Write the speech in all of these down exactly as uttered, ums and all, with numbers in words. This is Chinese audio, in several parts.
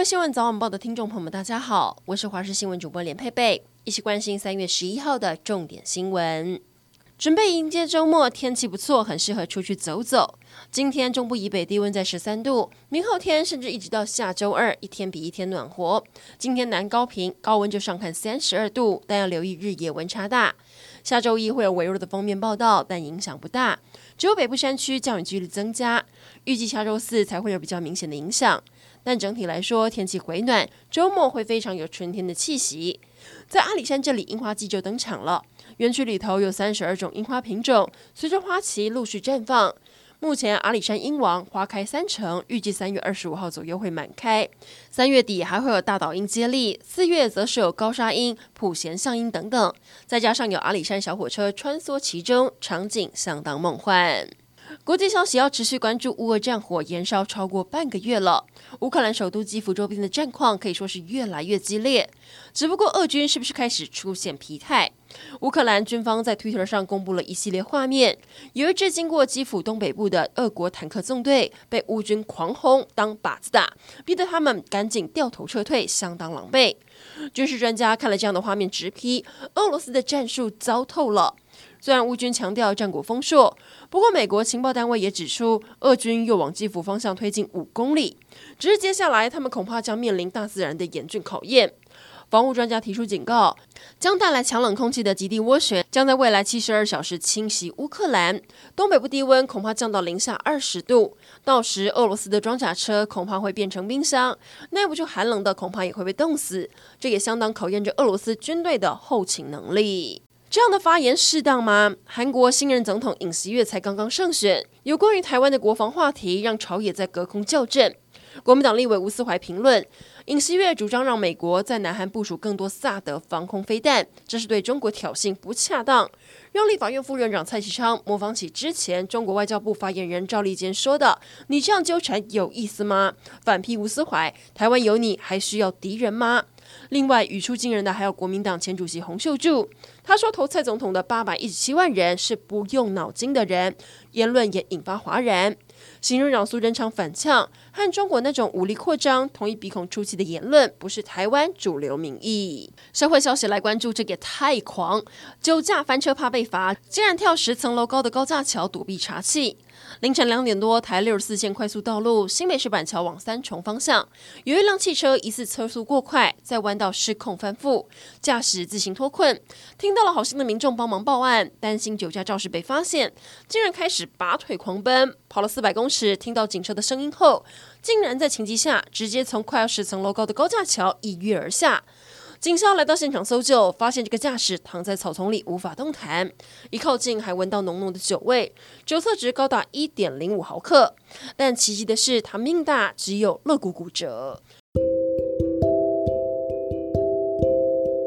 新闻早晚报的听众朋友们，大家好，我是华视新闻主播连佩佩，一起关心三月十一号的重点新闻。准备迎接周末，天气不错，很适合出去走走。今天中部以北低温在十三度，明后天甚至一直到下周二，一天比一天暖和。今天南高屏高温就上看三十二度，但要留意日夜温差大。下周一会有微弱的锋面报道，但影响不大。只有北部山区降雨几率增加，预计下周四才会有比较明显的影响。但整体来说，天气回暖，周末会非常有春天的气息。在阿里山这里，樱花季就登场了。园区里头有三十二种樱花品种，随着花期陆续绽放。目前阿里山樱王花开三成，预计三月二十五号左右会满开。三月底还会有大岛樱接力，四月则是有高沙樱、普贤象樱等等，再加上有阿里山小火车穿梭其中，场景相当梦幻。国际消息要持续关注乌俄战火延烧超过半个月了，乌克兰首都基辅周边的战况可以说是越来越激烈。只不过俄军是不是开始出现疲态？乌克兰军方在 Twitter 上公布了一系列画面，有一支经过基辅东北部的俄国坦克纵队被乌军狂轰当靶子打，逼得他们赶紧掉头撤退，相当狼狈。军事专家看了这样的画面直批，俄罗斯的战术糟透了。虽然乌军强调战果丰硕，不过美国情报单位也指出，俄军又往基辅方向推进五公里，只是接下来他们恐怕将面临大自然的严峻考验。防务专家提出警告，将带来强冷空气的极地涡旋将在未来七十二小时侵袭乌克兰，东北部低温恐怕降到零下二十度，到时俄罗斯的装甲车恐怕会变成冰箱，耐不住寒冷的恐怕也会被冻死，这也相当考验着俄罗斯军队的后勤能力。这样的发言适当吗？韩国新任总统尹锡悦才刚刚胜选，有关于台湾的国防话题让朝野在隔空校正。国民党立委吴思怀评论，尹锡悦主张让美国在南韩部署更多萨德防空飞弹，这是对中国挑衅，不恰当。让立法院副院长蔡其昌模仿起之前中国外交部发言人赵立坚说的，你这样纠缠有意思吗？反批吴思怀，台湾有你还需要敌人吗？另外语出惊人的还有国民党前主席洪秀柱，他说投蔡总统的八百一十七万人是不用脑筋的人，言论也引发哗然。行政长苏贞昌反呛，和中国那种武力扩张、同一鼻孔出气的言论，不是台湾主流民意。社会消息来关注，这个也太狂！酒驾翻车怕被罚，竟然跳十层楼高的高架桥躲避查缉。凌晨两点多，台六十四线快速道路新北市板桥往三重方向，有一辆汽车疑似车速过快，在弯道失控翻覆，驾驶自行脱困。听到了好心的民众帮忙报案，担心酒驾肇事被发现，竟然开始拔腿狂奔，跑了四百公尺，听到警车的声音后，竟然在情急下直接从快要十层楼高的高架桥一跃而下。警消来到现场搜救，发现这个驾驶躺在草丛里无法动弹，一靠近还闻到浓浓的酒味，酒测值高达 一点零五毫克。但奇迹的是，他命大，只有肋骨骨折。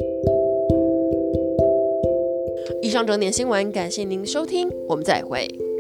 以上整点新闻，感谢您的收听，我们再会。